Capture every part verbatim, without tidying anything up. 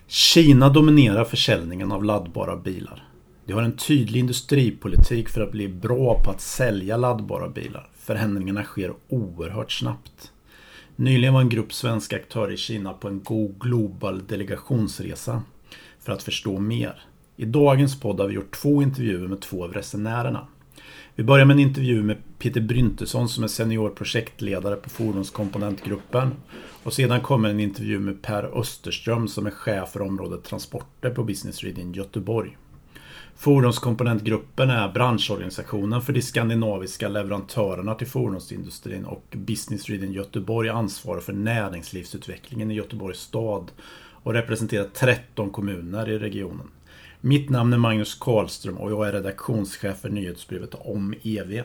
Kina dominerar försäljningen av laddbara bilar. De har en tydlig industripolitik för att bli bra på att sälja laddbara bilar. Förändringarna sker oerhört snabbt. Nyligen var en grupp svenska aktörer i Kina på en Go Global delegationsresa för att förstå mer. I dagens podd har vi gjort två intervjuer med två av resenärerna. Vi börjar med en intervju med Peter Bryntesson som är senior projektledare på fordonskomponentgruppen. Och sedan kommer en intervju med Per Österström som är chef för området transporter på Business Region Göteborg. Fordonskomponentgruppen är branschorganisationen för de skandinaviska leverantörerna till fordonsindustrin och Business Region Göteborg ansvarar för näringslivsutvecklingen i Göteborgs stad och representerar tretton kommuner i regionen. Mitt namn är Magnus Karlström och jag är redaktionschef för nyhetsbrevet om E V.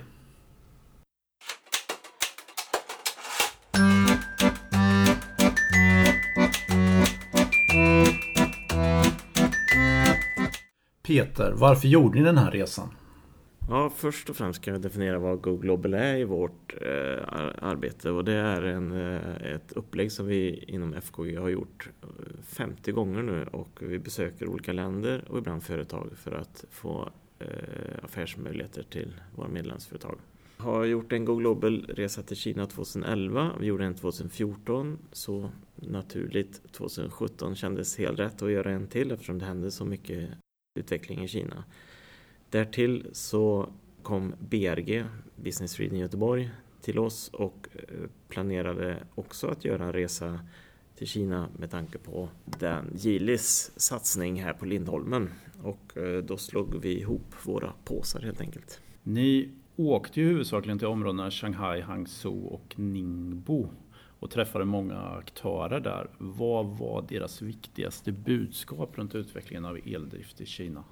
Peter, varför gjorde ni den här resan? Ja, först och främst kan jag definiera vad Go Global är i vårt eh, arbete. Och det är en, eh, ett upplägg som vi inom F K G har gjort femtio gånger nu. Och vi besöker olika länder och ibland företag för att få eh, affärsmöjligheter till våra medlemsföretag. Jag har gjort en Go Global-resa till Kina tjugoelva. Vi gjorde en tjugohundrafjorton. Så naturligt tjugohundrasjutton kändes helt rätt att göra en till eftersom det hände så mycket utveckling i Kina. Därtill så kom B R G, Business Region Göteborg, till oss och planerade också att göra en resa till Kina med tanke på den Geelys satsning här på Lindholmen. Och då slog vi ihop våra påsar helt enkelt. Ni åkte ju huvudsakligen till områdena Shanghai, Hangzhou och Ningbo och träffade många aktörer där. Vad var deras viktigaste budskap runt utvecklingen av eldrift i Kina?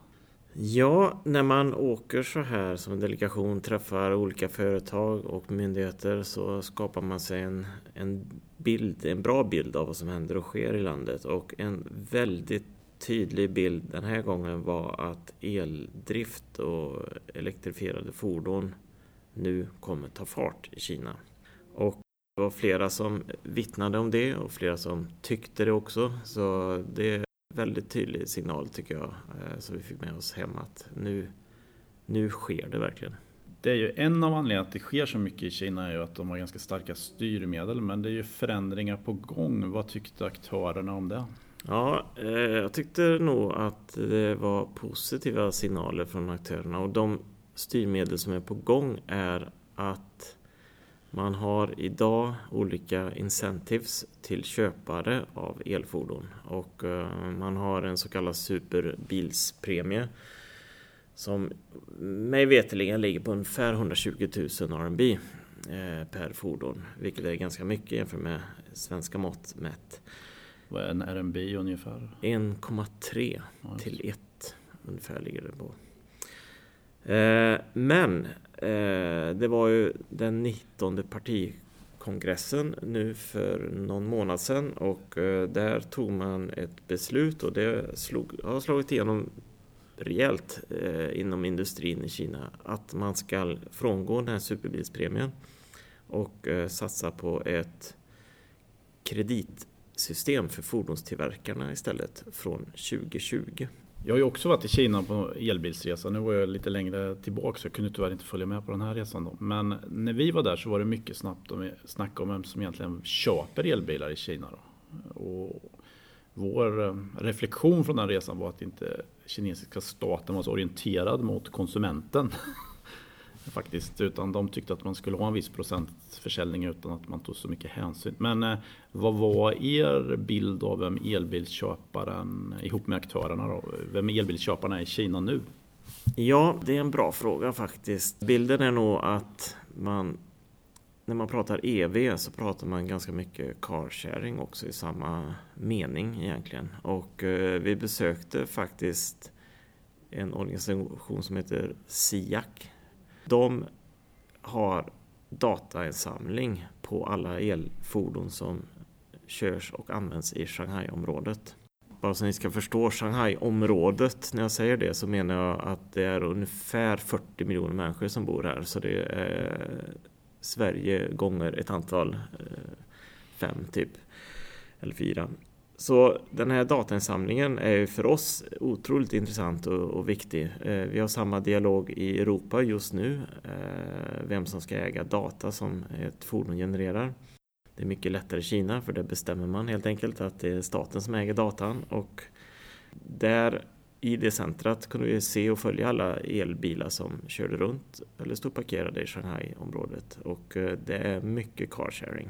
Ja, när man åker så här som en delegation, träffar olika företag och myndigheter så skapar man sig en, en bild, en bra bild av vad som händer och sker i landet. Och en väldigt tydlig bild den här gången var att eldrift och elektrifierade fordon nu kommer ta fart i Kina. Och det var flera som vittnade om det och flera som tyckte det också. Så det är en väldigt tydlig signal tycker jag. Så vi fick med oss hem att nu, nu sker det verkligen. Det är ju en av anledningarna att det sker så mycket i Kina är ju att de har ganska starka styrmedel. Men det är ju förändringar på gång. Vad tyckte aktörerna om det? Ja, eh, jag tyckte nog att det var positiva signaler från aktörerna. Och de styrmedel som är på gång är att man har idag olika incentives till köpare av elfordon och man har en så kallad superbilspremie som mig veteligen ligger på ungefär hundratjugo tusen R M B per fordon, vilket är ganska mycket jämfört med svenska mått mätt. Vad är en R M B ungefär? en komma tre till ett ungefär ligger det på. Men det var ju den nittonde partikongressen nu för någon månad sedan och där tog man ett beslut och det slog, har slagit igenom rejält inom industrin i Kina att man ska frångå den här superbilspremien och satsa på ett kreditsystem för fordonstillverkarna istället från tjugo tjugo. Jag har ju också varit i Kina på elbilsresa. Nu var jag lite längre tillbaka så jag kunde tyvärr inte följa med på den här resan då. Men när vi var där så var det mycket snabbt om snack om vem som egentligen köper elbilar i Kina då. Och vår reflektion från den resan var att inte kinesiska staten var så orienterad mot konsumenten. Faktiskt, utan de tyckte att man skulle ha en viss procent försäljning utan att man tog så mycket hänsyn. Men eh, vad var er bild av vem elbilsköparen ihop med aktörerna då? Vem elbilsköparna är i Kina nu? Ja, det är en bra fråga faktiskt. Bilden är nog att man, när man pratar E V så pratar man ganska mycket carsharing också i samma mening egentligen. Och eh, vi besökte faktiskt en organisation som heter SIAC. De har datainsamling på alla elfordon som körs och används i Shanghai-området. Bara så ni ska förstå Shanghai-området, när jag säger det så menar jag att det är ungefär fyrtio miljoner människor som bor här. Så det är Sverige gånger ett antal, fem typ, eller fyra. Så den här datainsamlingen är ju för oss otroligt intressant och, och viktig. Vi har samma dialog i Europa just nu, vem som ska äga data som ett fordon genererar. Det är mycket lättare i Kina, för det bestämmer man helt enkelt att det är staten som äger datan, och där i det centret kunde vi se och följa alla elbilar som körde runt eller stod parkerade i Shanghai-området, och det är mycket carsharing.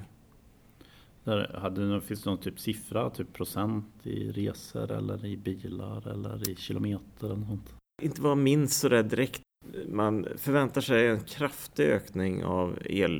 Där hade, finns det någon typ siffra, typ procent i resor eller i bilar eller i kilometer eller något sånt? Inte vad minst så där direkt. Man förväntar sig en kraftig ökning av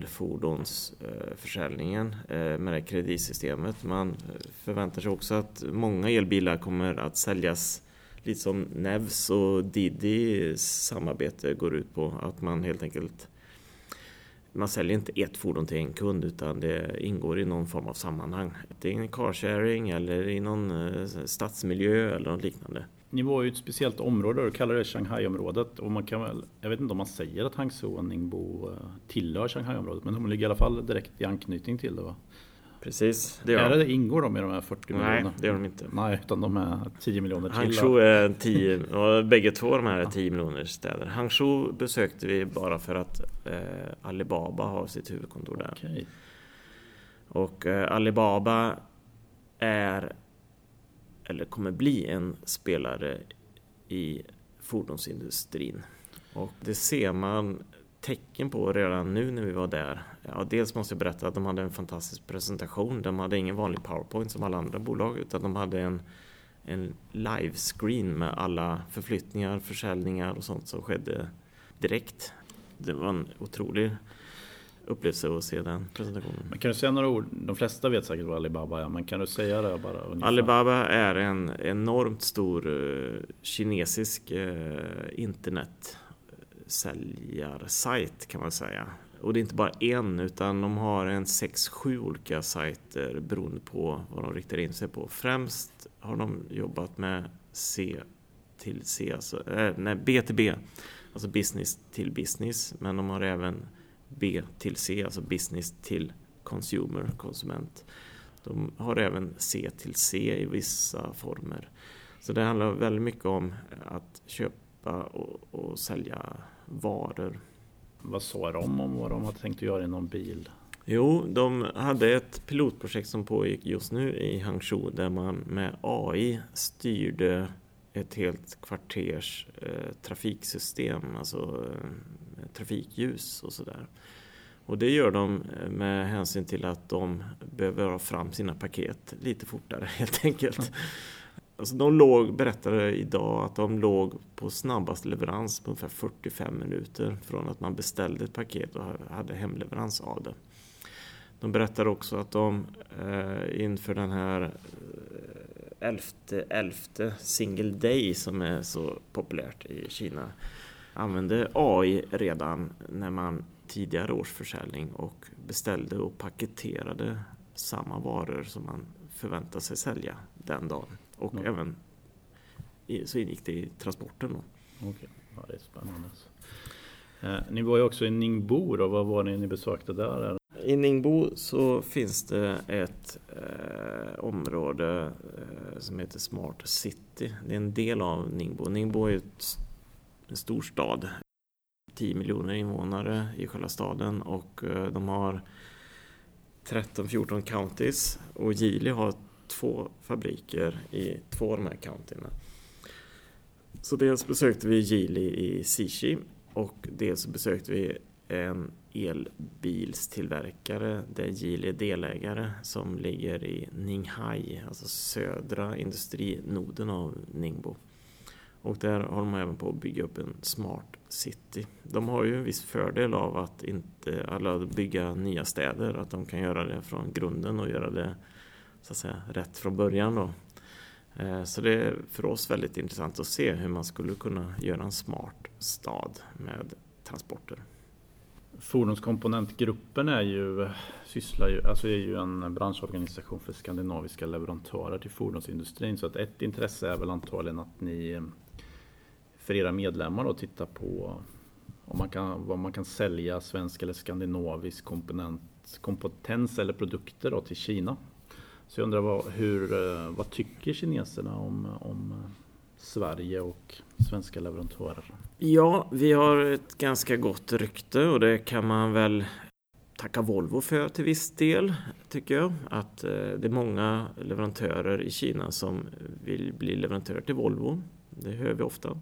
elfordonsförsäljningen med det kreditsystemet. Man förväntar sig också att många elbilar kommer att säljas lite som Nevs och Didi samarbete går ut på. Att man helt enkelt, man säljer inte ett fordon till en kund, utan det ingår i någon form av sammanhang. Det är en carsharing eller i någon stadsmiljö eller något liknande. Ni var ju ett speciellt område, du kallar det Shanghai-området, och man kan väl, jag vet inte om man säger att Hangzhou och Ningbo tillhör Shanghai-området, men de ligger i alla fall direkt i anknytning till det, va? Precis. Det är det, ingår de i de här fyrtio miljoner? Nej, det gör de inte. Nej, utan de är tio miljoner till. Hangzhou är tio, och bägge två de här är tio miljoner städer. Hangzhou besökte vi bara för att eh, Alibaba har sitt huvudkontor där. Okay. Och eh, Alibaba är, eller kommer bli, en spelare i fordonsindustrin. Och det ser man tecken på redan nu när vi var där. Ja, dels måste jag berätta att de hade en fantastisk presentation. De hade ingen vanlig PowerPoint som alla andra bolag, utan de hade en, en livescreen med alla förflyttningar, försäljningar och sånt som skedde direkt. Det var en otrolig upplevelse att se den presentationen. Men kan du säga några ord? De flesta vet säkert vad Alibaba är, men kan du säga det bara ungefär? Alibaba är en enormt stor uh, kinesisk uh, internetsäljarsajt, kan man säga. Och det är inte bara en, utan de har en sex sju olika sajter beroende på vad de riktar in sig på. Främst har de jobbat med C till C, alltså, äh, nej, B till B, alltså business till business, men de har även B till C, alltså business till consumer, konsument. De har även C till C i vissa former. Så det handlar väldigt mycket om att köpa och, och sälja varor. Vad sa de om vad de hade tänkt att göra inom bil? Jo, de hade ett pilotprojekt som pågick just nu i Hangzhou, där man med A I styrde ett helt kvarters eh, trafiksystem, alltså eh, trafikljus och sådär. Och det gör de med hänsyn till att de behöver ha fram sina paket lite fortare, helt enkelt. Mm. Alltså de låg, berättade idag att de låg på snabbast leverans på ungefär fyrtiofem minuter från att man beställde ett paket och hade hemleverans av det. De berättar också att de eh, inför den här elfte, elfte single day som är så populärt i Kina använde A I redan när man tidigare års försäljning och beställde och paketerade samma varor som man förväntar sig sälja den dagen. Och mm. även i, så ingick det i transporten då. Okej, ja, det är spännande. Eh, ni var ju också i Ningbo då, vad var det ni besökte där? I Ningbo så finns det ett eh, område eh, som heter Smart City. Det är en del av Ningbo. Ningbo är ett, en stor stad. tio miljoner invånare i själva staden, och eh, de har tretton fjorton counties, och Geely har två fabriker i två av de här countyna. Så dels besökte vi Geely i Xixi, och dels besökte vi en elbilstillverkare där Geely är delägare, som ligger i Ninghai, alltså södra industrinoden av Ningbo. Och där har de även på att bygga upp en smart city. De har ju en viss fördel av att inte alla bygga nya städer, att de kan göra det från grunden och göra det så att säga rätt från början då. Så det är för oss väldigt intressant att se hur man skulle kunna göra en smart stad med transporter. Fordonskomponentgruppen är ju, sysslar ju, alltså är ju en branschorganisation för skandinaviska leverantörer till fordonsindustrin. Så att ett intresse är väl antagligen att ni för era medlemmar då tittar på om man kan, vad man kan sälja svensk eller skandinavisk komponent, kompetens eller produkter då till Kina. Så jag undrar vad, hur, vad tycker kineserna om, om Sverige och svenska leverantörer? Ja, vi har ett ganska gott rykte och det kan man väl tacka Volvo för till viss del, tycker jag. Att det är många leverantörer i Kina som vill bli leverantörer till Volvo. Det hör vi ofta.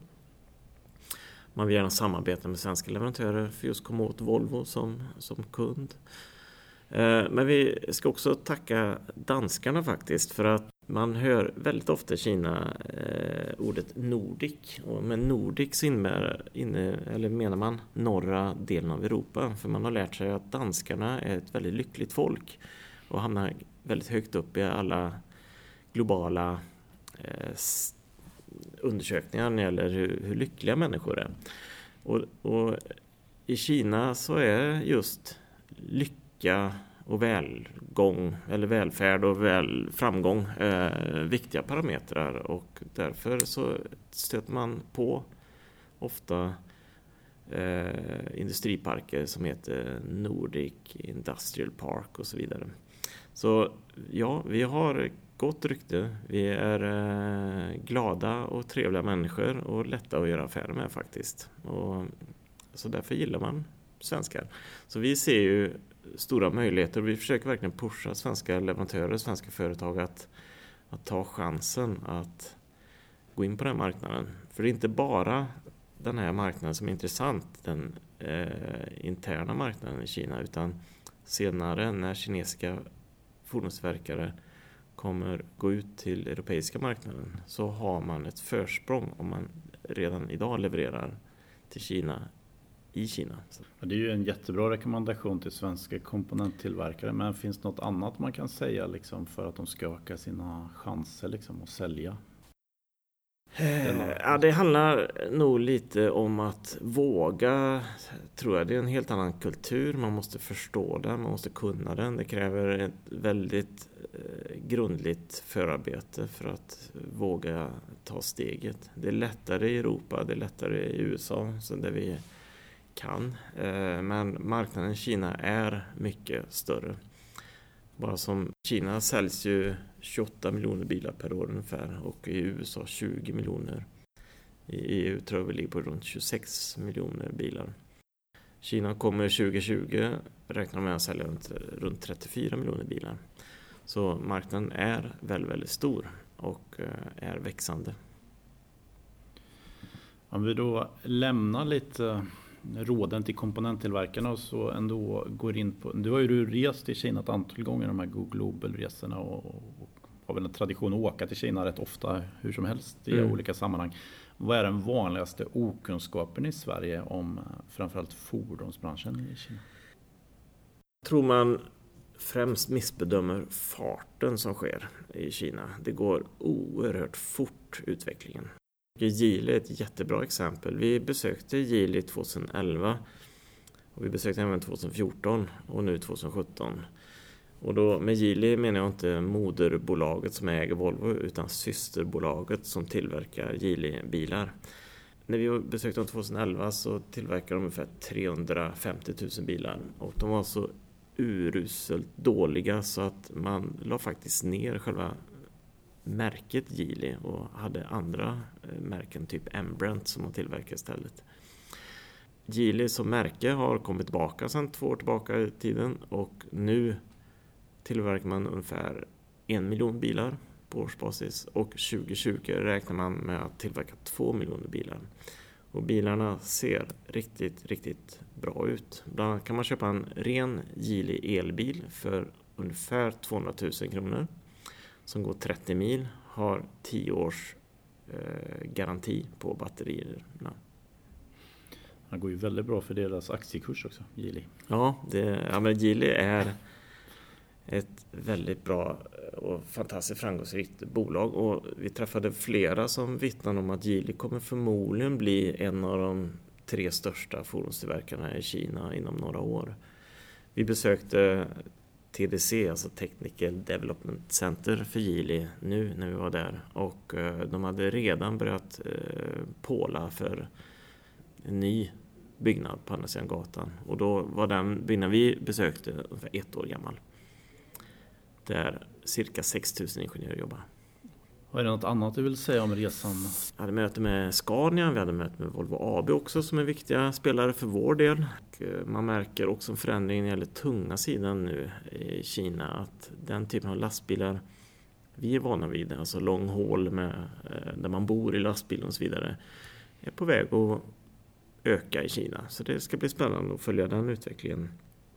Man vill gärna samarbeta med svenska leverantörer för just komma åt Volvo som, som kund. Men vi ska också tacka danskarna faktiskt, för att man hör väldigt ofta i Kina eh, ordet Nordic. Och med Nordic så innebär, inne, eller menar man norra delen av Europa. För man har lärt sig att danskarna är ett väldigt lyckligt folk och hamnar väldigt högt upp i alla globala eh, undersökningar när det gäller hur, hur lyckliga människor är. Och, och i Kina så är just lycka och välgång eller välfärd och väl, framgång eh, viktiga parametrar, och därför så stöter man på ofta eh, industriparker som heter Nordic Industrial Park och så vidare. Så ja, vi har gott rykte. Vi är eh, glada och trevliga människor och lätta att göra affärer med faktiskt. Och, så därför gillar man svenskar. Så vi ser ju stora möjligheter. Vi försöker verkligen pusha svenska leverantörer, svenska företag att, att ta chansen att gå in på den här marknaden. För det är inte bara den här marknaden som är intressant, den eh, interna marknaden i Kina, utan senare när kinesiska fordonstillverkare kommer gå ut till europeiska marknaden så har man ett försprång om man redan idag levererar till Kina i Kina. Ja, det är ju en jättebra rekommendation till svenska komponenttillverkare, men finns det något annat man kan säga liksom, för att de ska öka sina chanser liksom, att sälja? Ja, det handlar nog lite om att våga, tror jag. Det är en helt annan kultur. Man måste förstå den, man måste kunna den. Det kräver ett väldigt eh, grundligt förarbete för att våga ta steget. Det är lättare i Europa, det är lättare i U S A, så där vi kan. Eh, men marknaden i Kina är mycket större. Bara som Kina säljs ju tjugoåtta miljoner bilar per år ungefär, och i U S A tjugo miljoner. I E U tror jag vi ligger på runt tjugosex miljoner bilar. Kina kommer tjugo tjugo räknar med att sälja runt, runt trettiofyra miljoner bilar. Så marknaden är väldigt, väldigt stor och är växande. Om vi då lämnar lite råden till komponenttillverkarna och så ändå går in på, du har ju rest i Kina ett antal gånger, de här Go Global-resorna, och, och har väl en tradition att åka till Kina rätt ofta hur som helst i mm. olika sammanhang. Vad är den vanligaste okunskapen i Sverige om framförallt fordonsbranschen i Kina? Tror man främst missbedömer farten som sker i Kina. Det går oerhört fort, utvecklingen. Geely är ett jättebra exempel. Vi besökte Geely tjugoelva och vi besökte även tjugohundrafjorton och nu tjugosjutton. Och då med Geely menar jag inte moderbolaget som äger Volvo, utan systerbolaget som tillverkar Geely-bilar. När vi besökte dem tjugoelva så tillverkade de ungefär trehundrafemtio tusen bilar, och de var så uruselt dåliga så att man la faktiskt ner själva märket Geely och hade andra märken, typ Embrent, som man tillverkar istället. Geely som märke har kommit tillbaka sedan två år tillbaka i tiden, och nu tillverkar man ungefär en miljon bilar på årsbasis, och tjugo tjugo räknar man med att tillverka två miljoner bilar. Och bilarna ser riktigt, riktigt bra ut. Bland annat kan man köpa en ren Geely elbil för ungefär tvåhundratusen kronor. Som går trettio mil, har tio års eh, garanti på batterierna. Det går ju väldigt bra för deras aktiekurs också, Geely. Ja, det, ja men Geely är ett väldigt bra och fantastiskt framgångsrikt bolag. Och vi träffade flera som vittnade om att Geely kommer förmodligen bli en av de tre största fordonstillverkarna i Kina inom några år. Vi besökte T D C, alltså Technical Development Center för Geely, nu när vi var där, och de hade redan börjat påla för en ny byggnad på andra sidan gatan, och då var den byggnaden vi besökte ungefär ett år gammal. där cirka sex tusen ingenjörer jobbar. Och är det något annat du vill säga om resan? Jag hade möte med Scania, vi hade möte med Volvo A B också som är viktiga spelare för vår del. Man märker också en förändring när det gäller tunga sidan nu i Kina, att den typen av lastbilar vi är vana vid, alltså long haul med, där man bor i lastbilen och så vidare, är på väg att öka i Kina. Så det ska bli spännande att följa den utvecklingen.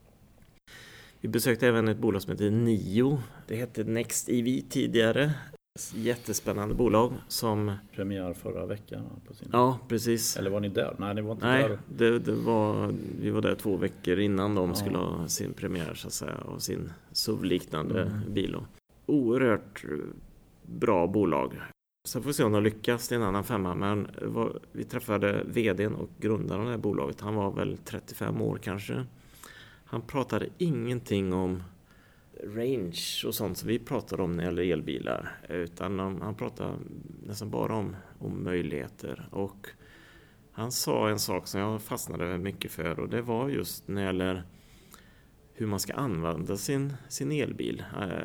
Vi besökte även ett bolag som heter Nio. Det hette Next E V tidigare. Jättespännande bolag som... Premiär förra veckan på sin... Ja, precis. Eller var ni där? Nej, det var inte Nej, där. Det, det var... Vi var där två veckor innan de ja. skulle ha sin premiär så att säga, av sin S U V-liknande mm. bil. Oerhört bra bolag. Så får vi se om de lyckas, det är en annan femma. Men var, vi träffade vdn och grundaren av det här bolaget. Han var väl trettiofem år kanske. Han pratade ingenting om range och sånt som vi pratar om när det gäller elbilar. Utan han, han pratade nästan bara om, om möjligheter. Och han sa en sak som jag fastnade mycket för. Och det var just när det gäller hur man ska använda sin, sin elbil.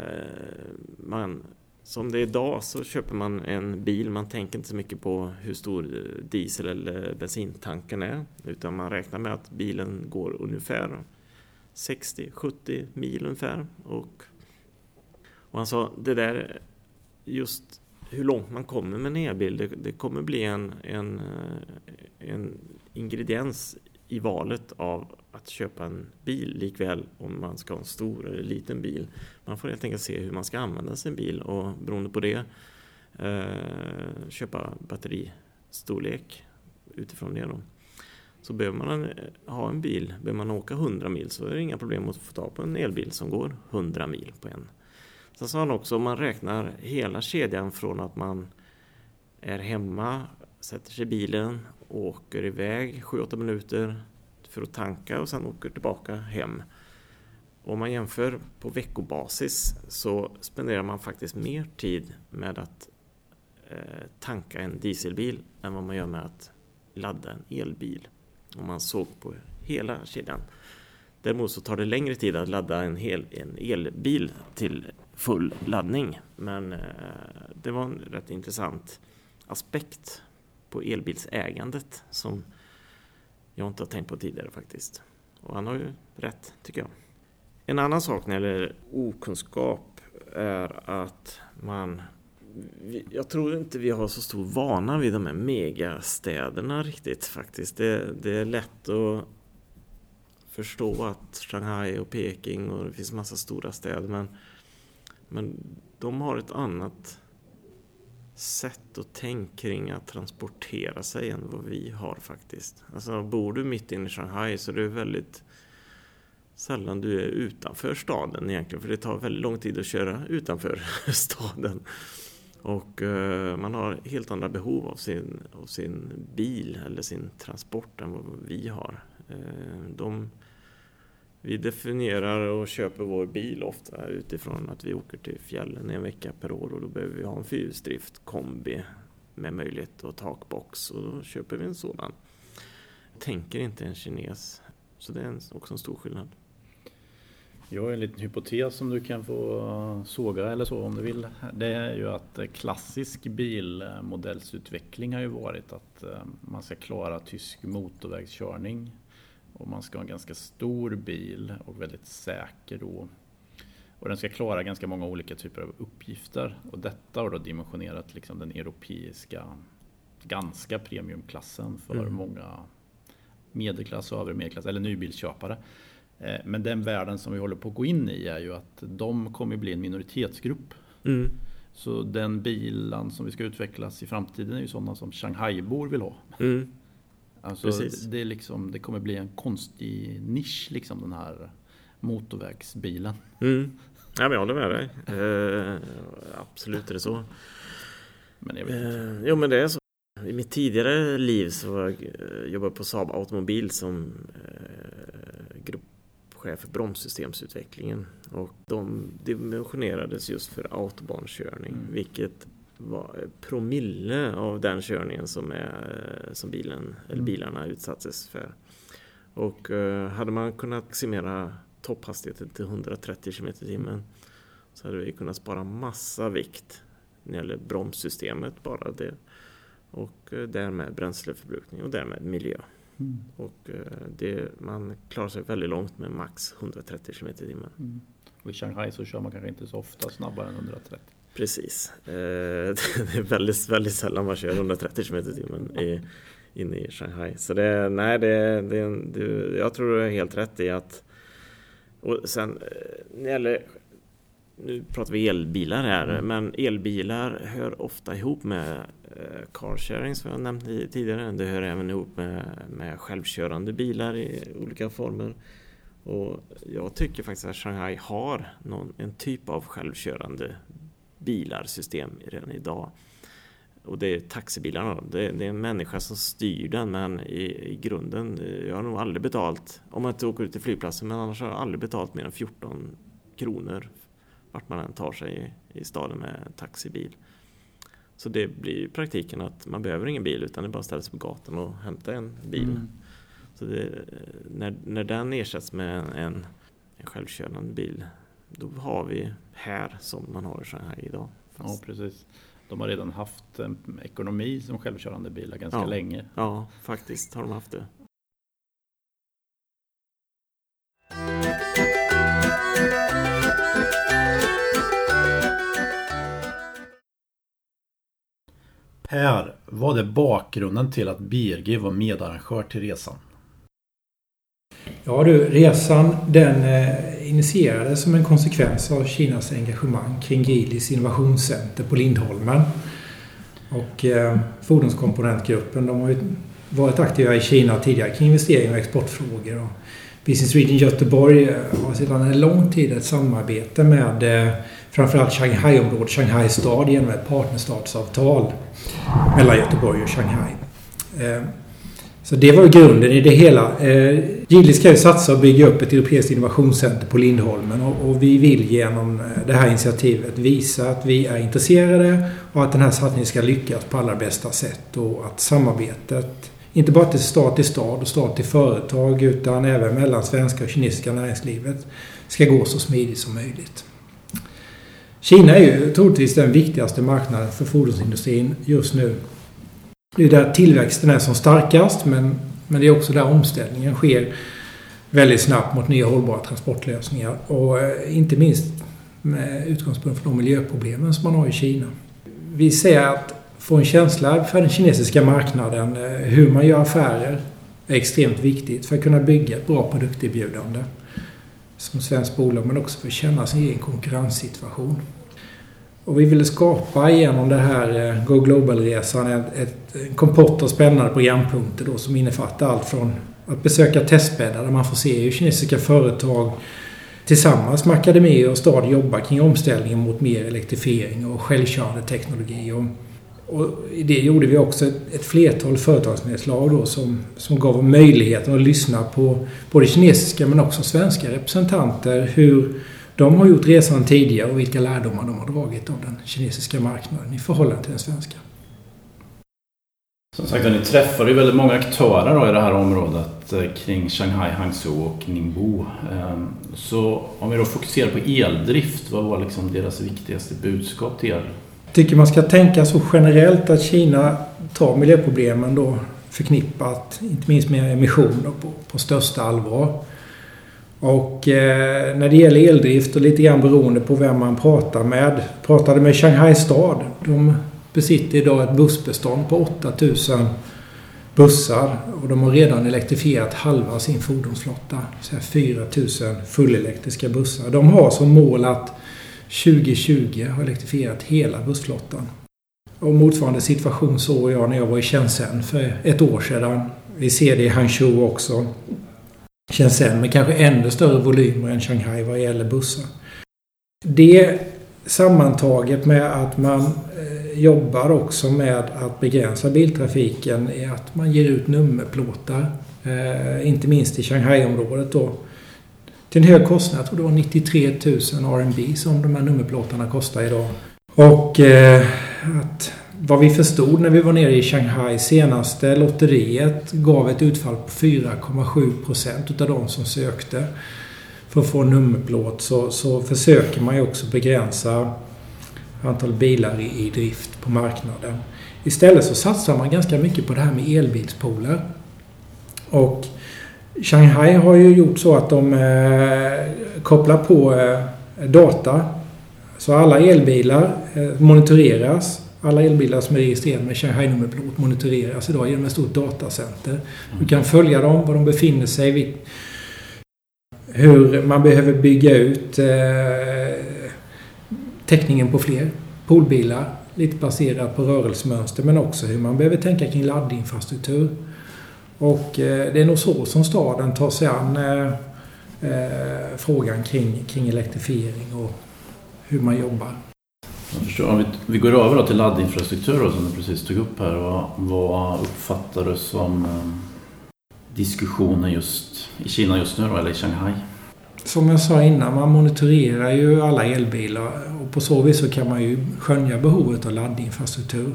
Man, som det är idag så köper man en bil. Man tänker inte så mycket på hur stor diesel- eller bensintanken är. Utan man räknar med att bilen går ungefär sextio till sjuttio mil ungefär. Och, och han sa, det där, just hur långt man kommer med en elbil, det, det kommer bli en, en, en ingrediens i valet av att köpa en bil, likväl om man ska ha en stor eller liten bil. Man får helt enkelt se hur man ska använda sin bil och beroende på det eh, köpa batteristorlek utifrån det då. Så behöver man ha en bil, behöver man åka hundra mil så är det inga problem att få ta på en elbil som går hundra mil på en. Sen sa han också, om man räknar hela kedjan från att man är hemma, sätter sig i bilen, åker iväg sju åtta minuter för att tanka och sen åker tillbaka hem. Om man jämför på veckobasis så spenderar man faktiskt mer tid med att eh, tanka en dieselbil än vad man gör med att ladda en elbil. Om man såg på hela kedjan. Däremot så tar det längre tid att ladda en, hel, en elbil till full laddning. Men eh, det var en rätt intressant aspekt på elbilsägandet som jag inte har tänkt på tidigare faktiskt. Och han har ju rätt tycker jag. En annan sak när det gäller okunskap är att man... Jag tror inte vi har så stor vana vid de här megastäderna riktigt faktiskt. Det, det är lätt att förstå att Shanghai och Peking och det finns massa stora städer. Men, men de har ett annat sätt att tänka kring att transportera sig än vad vi har faktiskt. Alltså bor du mitt inne i Shanghai så är det väldigt sällan du är utanför staden egentligen. För det tar väldigt lång tid att köra utanför staden. Och eh, man har helt andra behov av sin, av sin bil eller sin transport än vad vi har. Eh, de, vi definierar och köper vår bil ofta utifrån att vi åker till fjällen en vecka per år och då behöver vi ha en fyrhjulsdrift kombi med möjlighet och takbox och då köper vi en sådan. Tänker inte en kines, så det är också en stor skillnad. Jag har en liten hypotes som du kan få såga eller så om du vill. Det är ju att klassisk bilmodellsutveckling har ju varit att man ska klara tysk motorvägskörning och man ska ha en ganska stor bil och väldigt säker då. Och den ska klara ganska många olika typer av uppgifter och detta har då dimensionerat liksom den europeiska ganska premiumklassen för mm. många medelklass och övre medelklass eller nybilsköpare. Men den världen som vi håller på att gå in i är ju att de kommer bli en minoritetsgrupp. Mm. Så den bilen som vi ska utvecklas i framtiden är ju sådana som Shanghai-bor vill ha. Mm. Alltså det, är liksom, det kommer bli en konstig nisch liksom den här motorvägsbilen. Mm. Ja, men jag håller med dig. Eh, absolut är det så. Men jag vet inte. Eh, jo, men det är så. I mitt tidigare liv så var jag, jobbade på Saab Automobil som eh, gruppchef för bromssystemsutvecklingen. Och de dimensionerades just för autobankörning, mm. vilket var promille av den körningen som, är, som bilen, eller bilarna utsattes för. Och eh, hade man kunnat maximera topphastigheten till hundratrettio kilometer i timmen så hade vi kunnat spara massa vikt när det gäller bromssystemet, bara det. Och därmed bränsleförbrukning och därmed miljö. Mm. Och det, man klarar sig väldigt långt med max hundratrettio kilometer i timmen. Mm. Och i Shanghai så kör man kanske inte så ofta snabbare än hundratrettio. Precis. Det är väldigt, väldigt sällan man kör hundratrettio kilometer i timmen i, inne i Shanghai. Så det, nej, det, det, det, jag tror du är helt rätt i att... Och sen, när det gäller... Nu pratar vi elbilar här, mm. men elbilar hör ofta ihop med carsharing som jag nämnt tidigare. Det hör även ihop med, med självkörande bilar i olika former. Och jag tycker faktiskt att Shanghai har någon, en typ av självkörande bilarsystem redan idag. Och det är taxibilarna. Det är, det är en människa som styr den, men i, i grunden, jag har nog aldrig betalt, om man inte åker ut till flygplatsen, men annars har jag aldrig betalt mer än fjorton kronor vart man än tar sig i, i staden med en taxibil. Så det blir i praktiken att man behöver ingen bil, utan det bara ställa sig på gatan och hämta en bil. Mm. Så det, när, när den ersätts med en, en, en självkörande bil, då har vi här som man har i Shanghai idag. Fast... Ja, precis. De har redan haft en ekonomi som självkörande bilar ganska ja. länge. Ja, faktiskt har de haft det. Per, vad är bakgrunden till att B R G var medarrangör till resan? Ja du, resan den eh, initierades som en konsekvens av Kinas engagemang kring Geelys innovationscenter på Lindholmen. Och eh, fordonskomponentgruppen, de har ju varit aktiva i Kina tidigare kring investeringar och exportfrågor. Och Business Region Göteborg har sedan en lång tid ett samarbete med eh, framförallt Shanghai-området, Shanghai stad, genom ett partnerstatsavtal mellan Göteborg och Shanghai. Eh, Så det var grunden i det hela. Eh, Geely ska ju satsa och bygga upp ett europeiskt innovationscenter på Lindholmen och, och vi vill genom det här initiativet visa att vi är intresserade och att den här satsningen ska lyckas på allra bästa sätt och att samarbetet, inte bara till stad till stad och stad till företag utan även mellan svenska och kinesiska näringslivet, ska gå så smidigt som möjligt. Kina är ju troligtvis den viktigaste marknaden för fordonsindustrin just nu. Det är där tillväxten är som starkast, men, men det är också där omställningen sker väldigt snabbt mot nya hållbara transportlösningar. Och eh, inte minst med utgångspunkt från de miljöproblemen som man har i Kina. Vi ser att få en känsla för den kinesiska marknaden, eh, hur man gör affärer, är extremt viktigt för att kunna bygga ett bra produkterbjudande som svensk bolag, men också för att känna sin egen konkurrenssituation. Och vi ville skapa genom det här Go Global-resan ett, ett kompott av spännande programpunkter då, som innefattar allt från att besöka testbäddar där man får se hur kinesiska företag tillsammans med akademi och stad jobbar kring omställningen mot mer elektrifiering och självkörande teknologi. Och, och i det gjorde vi också ett, ett flertal företagsnedslag då, som, som gav möjligheten att lyssna på både kinesiska men också svenska representanter, hur de har gjort resan tidigare och vilka lärdomar de har dragit av den kinesiska marknaden i förhållande till den svenska. Som sagt, ni träffar ju väldigt många aktörer då i det här området kring Shanghai, Hangzhou och Ningbo. Så om vi då fokuserar på eldrift, vad var liksom deras viktigaste budskap till er? Jag tycker man ska tänka så generellt att Kina tar miljöproblemen då förknippat, inte minst med emissioner, på, på största allvar. Och eh, när det gäller eldrift och lite grann beroende på vem man pratar med. Pratade med Shanghai stad. De besitter idag ett bussbestånd på åtta tusen bussar. Och de har redan elektrifierat halva sin fordonsflotta. Så fyra tusen fullelektriska bussar. De har som mål att tjugo tjugo ha elektrifierat hela bussflottan. Och motsvarande situation såg jag när jag var i Shenzhen för ett år sedan. Vi ser det i Hangzhou också. Shenzhen med kanske ännu större volymer än Shanghai vad gäller bussar. Det sammantaget med att man eh, jobbar också med att begränsa biltrafiken är att man ger ut nummerplåtar. Eh, inte minst i Shanghai-området då. Till en hög kostnad, jag tror det var nittiotre tusen R M B som de här nummerplåtarna kostar idag. Och eh, att vad vi förstod när vi var nere i Shanghai, senaste lotteriet gav ett utfall på fyra komma sju procent utav de som sökte för att få en nummerplåt så, så försöker man ju också begränsa antal bilar i, i drift på marknaden. Istället så satsar man ganska mycket på det här med elbilspooler. Och Shanghai har ju gjort så att de eh, kopplar på eh, data. Så alla elbilar eh, monitoreras. Alla elbilar som är registrerade med Shanghai-nummerplåt monitoreras idag genom ett stort datacenter. Du kan följa dem, var de befinner sig, vid, hur man behöver bygga ut eh, täckningen på fler poolbilar. Lite baserat på rörelsemönster, men också hur man behöver tänka kring laddinfrastruktur. Och eh, det är nog så som staden tar sig an eh, eh, frågan kring, kring elektrifiering och hur man jobbar. Jag förstår. Om vi, vi går över då till laddinfrastruktur då, som du precis tog upp här. Vad, vad uppfattar du som eh, diskussionen just i Kina just nu då, eller i Shanghai? Som jag sa innan, man monitorerar ju alla elbilar och på så vis så kan man ju skönja behovet av laddinfrastruktur.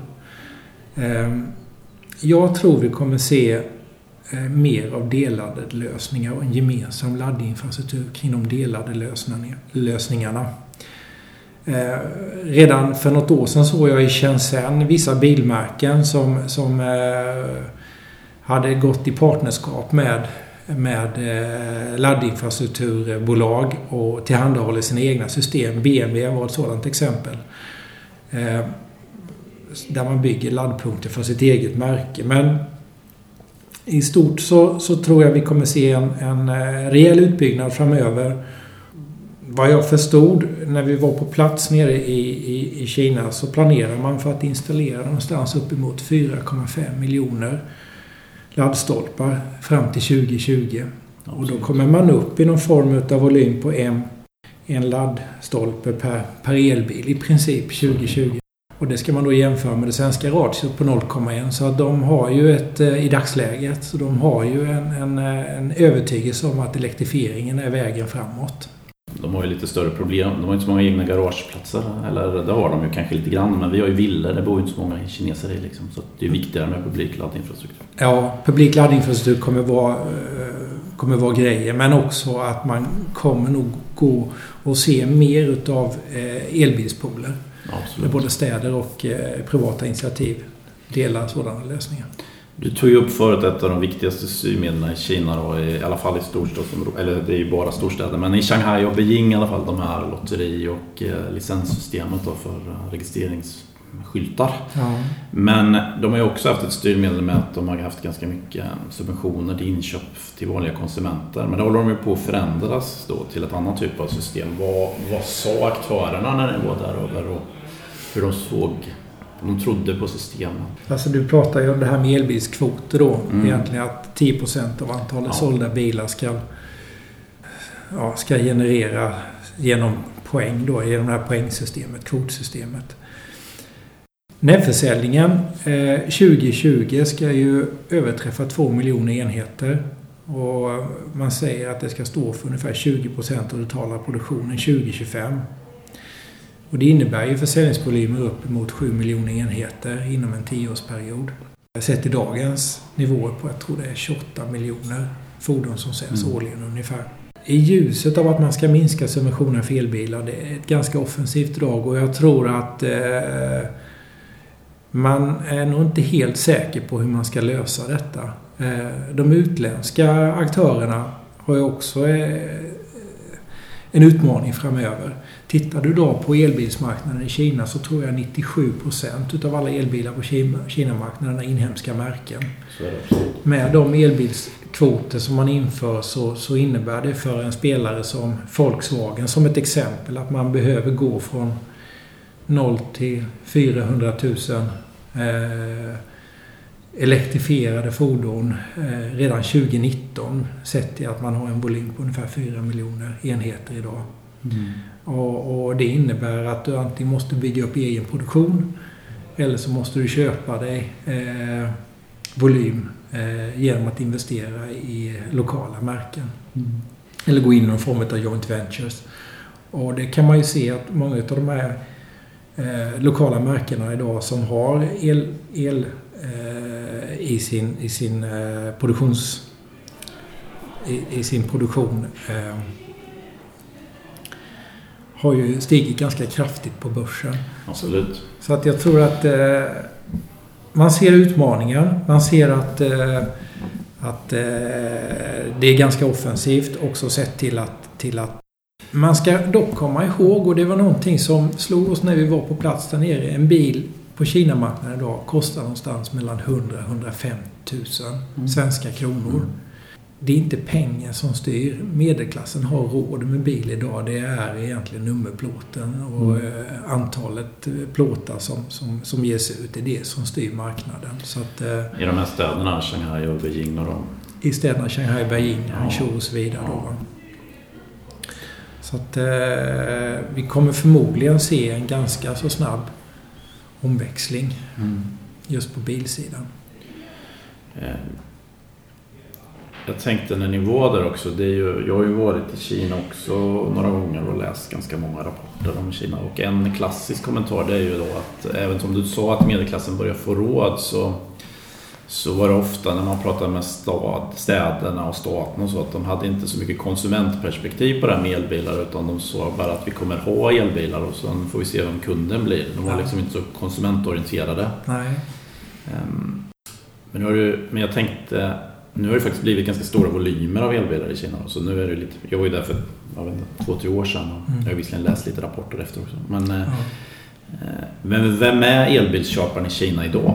Jag tror vi kommer se mer av delade lösningar och en gemensam laddinfrastruktur kring de delade lösningarna. Redan för något år sedan såg jag i Shenzhen vissa bilmärken som, som hade gått i partnerskap med med laddinfrastrukturbolag och tillhandahåller sina egna system. B M W var ett sådant exempel. Där man bygger laddpunkter för sitt eget märke. Men i stort så, så tror jag vi kommer se en, en rejäl utbyggnad framöver. Vad jag förstod när vi var på plats nere i, i, i Kina så planerar man för att installera någonstans uppemot fyra komma fem miljoner laddstolpar fram till tjugo tjugo. Och då kommer man upp i någon form av volym på en, en laddstolpe per, per elbil i princip tjugo tjugo. Och det ska man då jämföra med det svenska ratiot på noll komma ett. Så att de har ju ett, i dagsläget, så de har ju en, en, en övertygelse om att elektrifieringen är vägen framåt. De har ju lite större problem. De har inte så många egna garageplatser. Eller det har de ju kanske lite grann. Men vi har ju villor. Det bor ju inte så många kineser i. Liksom. Så det är viktigare med publik laddinfrastruktur. Ja, publik laddinfrastruktur kommer vara, kommer vara grejer. Men också att man kommer nog gå och se mer utav elbilspooler. Där både städer och privata initiativ delar sådana lösningar. Du tog ju upp förut ett av de viktigaste styrmedlen i Kina då, i alla fall i storstadsområden, eller det är ju bara storstäder, men i Shanghai och Beijing i alla fall, de här lotteri- och eh, licenssystemet då för eh, registreringsskyltar. Ja. Men de har ju också haft ett styrmedel med att de har haft ganska mycket subventioner till inköp till vanliga konsumenter. Men då håller de ju på att förändras då till ett annat typ av system. Vad, vad sa aktörerna när ni var där över och hur de såg? De trodde på systemen. Alltså du pratar ju om det här med elbilskvoter då. Mm. Egentligen att tio procent av antalet ja. sålda bilar ska, ja, ska generera genom poäng då, genom det här poängsystemet, kvotsystemet. Nätförsäljningen eh, tjugo tjugo ska ju överträffa två miljoner enheter. Och man säger att det ska stå för ungefär tjugo procent av den totala produktionen tjugo tjugofem. Och det innebär ju försäljningsvolymer upp mot sju miljoner enheter inom en tioårsperiod. Sett till dagens nivåer på, jag tror det är tjugoåtta miljoner fordon som säljs mm. årligen ungefär. I ljuset av att man ska minska subventioner för elbilar, det är ett ganska offensivt drag och jag tror att eh, man är nog inte helt säker på hur man ska lösa detta. Eh, de utländska aktörerna har ju också eh, en utmaning framöver. Tittar du då på elbilsmarknaden i Kina så tror jag nittiosju procent av alla elbilar på Kina-marknaden är inhemska märken. Så är det. Med de elbilskvoter som man inför så, så innebär det för en spelare som Volkswagen som ett exempel att man behöver gå från noll till fyrahundratusen eh, elektrifierade fordon eh, redan tjugo nitton sett till att man har en volym på ungefär fyra miljoner enheter idag. Mm. Och, och det innebär att du antingen måste bygga upp egen produktion eller så måste du köpa dig eh, volym eh, genom att investera i lokala märken. Mm. Eller gå in i någon form av joint ventures. Och det kan man ju se att många av de här eh, lokala märkena idag som har el, el eh, i sin, i sin eh, produktions i, i sin produktion eh, har ju stigit ganska kraftigt på börsen. Absolut. Så, så att jag tror att eh, man ser utmaningar. Man ser att, eh, att eh, det är ganska offensivt också sett till att, till att man ska dock komma ihåg, och det var någonting som slog oss när vi var på plats där nere. En bil på Kina-marknaden idag kostar någonstans mellan hundra till hundrafem tusen mm. svenska kronor. Mm. Det är inte pengar som styr. Medelklassen har råd med bil idag. Det är egentligen nummerplåten och mm. antalet plåtar som, som, som ges ut. Det är det som styr marknaden. Så att, i de här städerna, Shanghai och Beijing och de? I städerna Shanghai, Beijing, Hangzhou och så vidare. Då. Så att eh, vi kommer förmodligen se en ganska så snabb omväxling mm. just på bilsidan. Eh. Jag tänkte när ni var där också, det är ju, jag har ju varit i Kina också några gånger och läst ganska många rapporter om Kina. Och en klassisk kommentar det är ju då att även som du sa att medelklassen börjar få råd så, så var det ofta när man pratade med stad, städerna och staten och så att de hade inte så mycket konsumentperspektiv på det här med elbilar utan de såg bara att vi kommer ha elbilar och sen får vi se vem kunden blir. De var liksom inte så konsumentorienterade. Nej. Um, men, har du, men jag tänkte... Nu har det faktiskt blivit ganska stora volymer av elbilar i Kina. Så nu är det lite, jag var ju där för jag vet inte, två, tre år sedan. Och mm. jag har visserligen läst lite rapporter efter också. Men, ja. eh, men vem är elbilsköparen i Kina idag?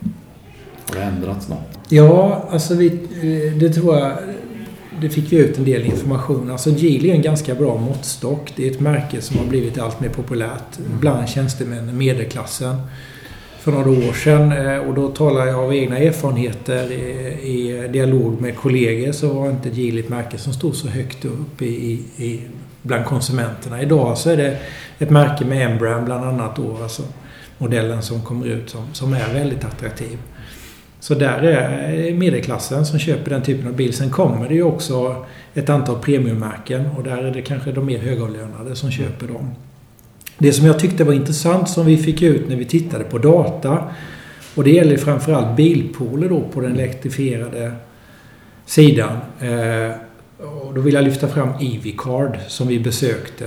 Har det ändrats något? Ja, alltså vi, det tror jag... Det fick vi ut en del information. Alltså Geely är en ganska bra måttstock. Det är ett märke som har blivit allt mer populärt bland tjänstemän, medelklassen. För några år sedan, och då talar jag av egna erfarenheter i, i dialog med kollegor, så var inte Geely ett märke som stod så högt upp i, i, bland konsumenterna. Idag så är det ett märke med M-brand bland annat då, alltså modellen som kommer ut som, som är väldigt attraktiv. Så där är medelklassen som köper den typen av bil. Sen kommer det ju också ett antal premiummärken och där är det kanske de mer högavlönade som köper dem. Det som jag tyckte var intressant som vi fick ut när vi tittade på data, och det gäller framförallt bilpooler då på den elektrifierade sidan. Eh, och då vill jag lyfta fram E V Card som vi besökte.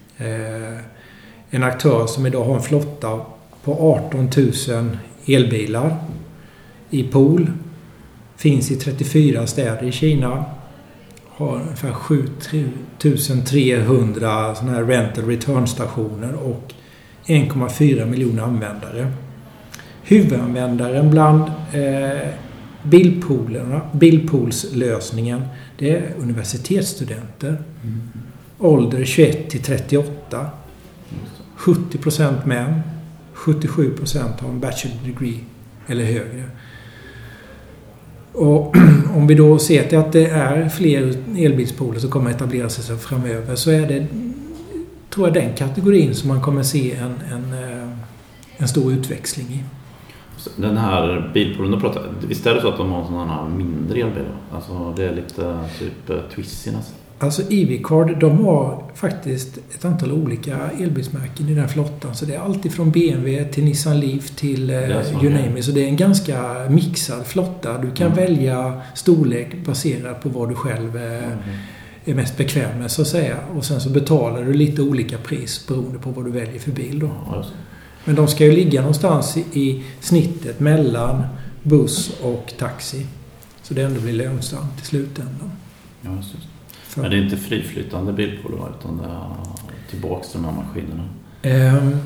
Eh, en aktör som idag har en flotta på arton tusen elbilar i pool. Finns i trettiofyra städer i Kina. Har ungefär sju tusen trehundra såna här rental return-stationer och en komma fyra miljoner användare. Huvudanvändaren bland eh, bilpoolerna, bilpoolslösningen, det är universitetsstudenter. Mm. Ålder tjugoett till trettioåtta. sjuttio procent män, sjuttiosju procent har en bachelor degree eller högre. Och om vi då ser till att det är fler elbilspooler som kommer att etablera sig framöver, så är det, tror jag, den kategorin som man kommer se en, en, en stor utväxling i. Den här bilpoolen du pratar, visst är det så att de har sådana här mindre elbilar? Alltså det är lite typ Twizy nästan. Alltså E V Card, de har faktiskt ett antal olika elbilsmärken i den här flottan. Så det är alltid från B M W till Nissan Leaf till eh, you name it. Så det är en ganska mixad flotta. Du kan mm. välja storlek baserat på vad du själv eh, mm. är mest bekväm med så att säga. Och sen så betalar du lite olika pris beroende på vad du väljer för bil då. Ja, men de ska ju ligga någonstans i, i snittet mellan buss och taxi. Så det ändå blir lönsamt i slutändan. Ja, just det. Men det är inte friflytande bilpooler utan det är tillbaka till de här maskinerna. Um,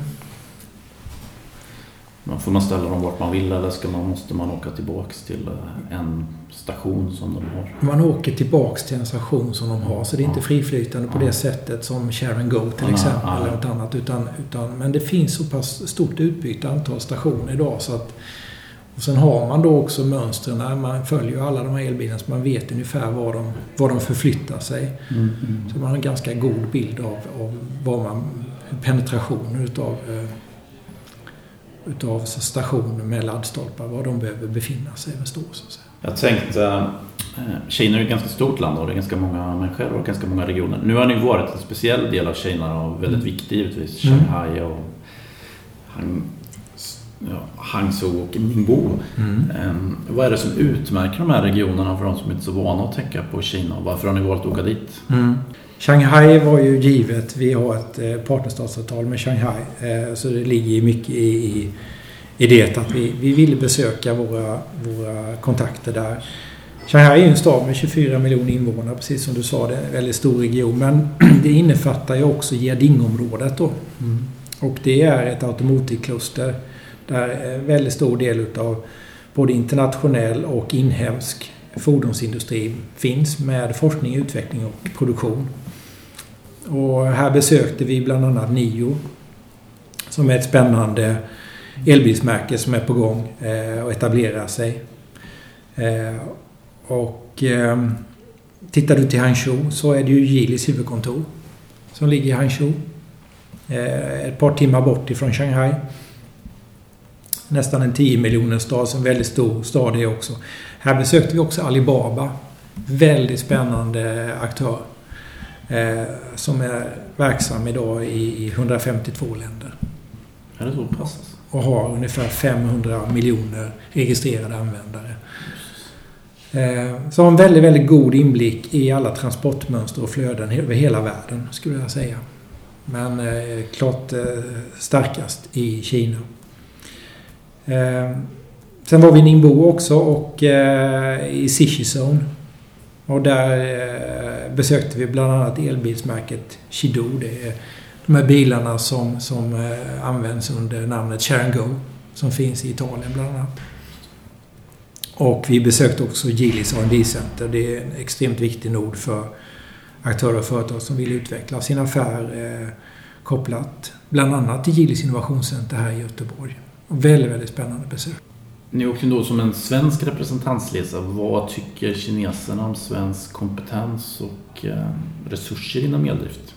man får man ställa dem vart man vill eller ska man, måste man åka tillbaka till en station som de har? Man åker tillbaka till en station som de har, så det är inte friflytande på det sättet som Share and Go till exempel ja, eller något annat. Utan, utan, men det finns så pass stort utbyte antal stationer idag så att. Och sen har man då också mönstren, man följer ju alla de här elbilarna så man vet ungefär var de, var de förflyttar sig. Mm, mm. Så man har en ganska god bild av, av vad man, penetrationer utav, utav stationer med laddstolpar, var de behöver befinna sig och stå så att säga. Jag tänkte, Kina är ett ganska stort land och det är ganska många människor och ganska många regioner. Nu har ni varit en speciell del av Kina och väldigt mm. viktig givetvis, Shanghai och Han ja, Hangzhou och Ningbo. Mm. Um, vad är det som utmärker de här regionerna för de som inte är så vana att tänka på Kina? Varför har ni valt att åka dit? Mm. Shanghai var ju givet. Vi har ett eh, partnerstatsavtal med Shanghai. Eh, så det ligger mycket i, i, i det att vi, vi ville besöka våra, våra kontakter där. Shanghai är en stad med tjugofyra miljoner invånare, precis som du sa, det är en väldigt stor region. Men det innefattar ju också Jiading-området då. Mm. Och det är ett automotivkluster där en väldigt stor del av både internationell och inhemsk fordonsindustri finns med forskning, utveckling och produktion. Och här besökte vi bland annat N I O som är ett spännande elbilsmärke som är på gång eh, och etablerar sig. Eh, och eh, tittar du till Hangzhou så är det ju Geelys huvudkontor som ligger i Hangzhou. Eh, ett par timmar bort ifrån Shanghai. Nästan en tio miljoner stad, som en väldigt stor stad är också. Här besökte vi också Alibaba. Väldigt spännande aktör. Eh, som är verksam idag i, i hundrafemtiotvå länder. Är det så pass? Och har ungefär femhundra miljoner registrerade användare. Eh, så har en väldigt, väldigt god inblick i alla transportmönster och flöden över hela världen, skulle jag säga. Men eh, klart eh, starkast i Kina. Eh, sen var vi i Ningbo också och eh, i Sichuan. Och där eh, besökte vi bland annat elbilsmärket Qidu. Det är de här bilarna som, som eh, används under namnet Share and Go, som finns i Italien bland annat. Och vi besökte också Geelys R and D-center. Det är en extremt viktig nod för aktörer och företag som vill utveckla sin affär eh, kopplat bland annat till Geelys innovationscenter här i Göteborg. Och väldigt, väldigt spännande besök. Ni åkte då som en svensk representantsresa. Vad tycker kineserna om svensk kompetens och eh, resurser inom eldrift?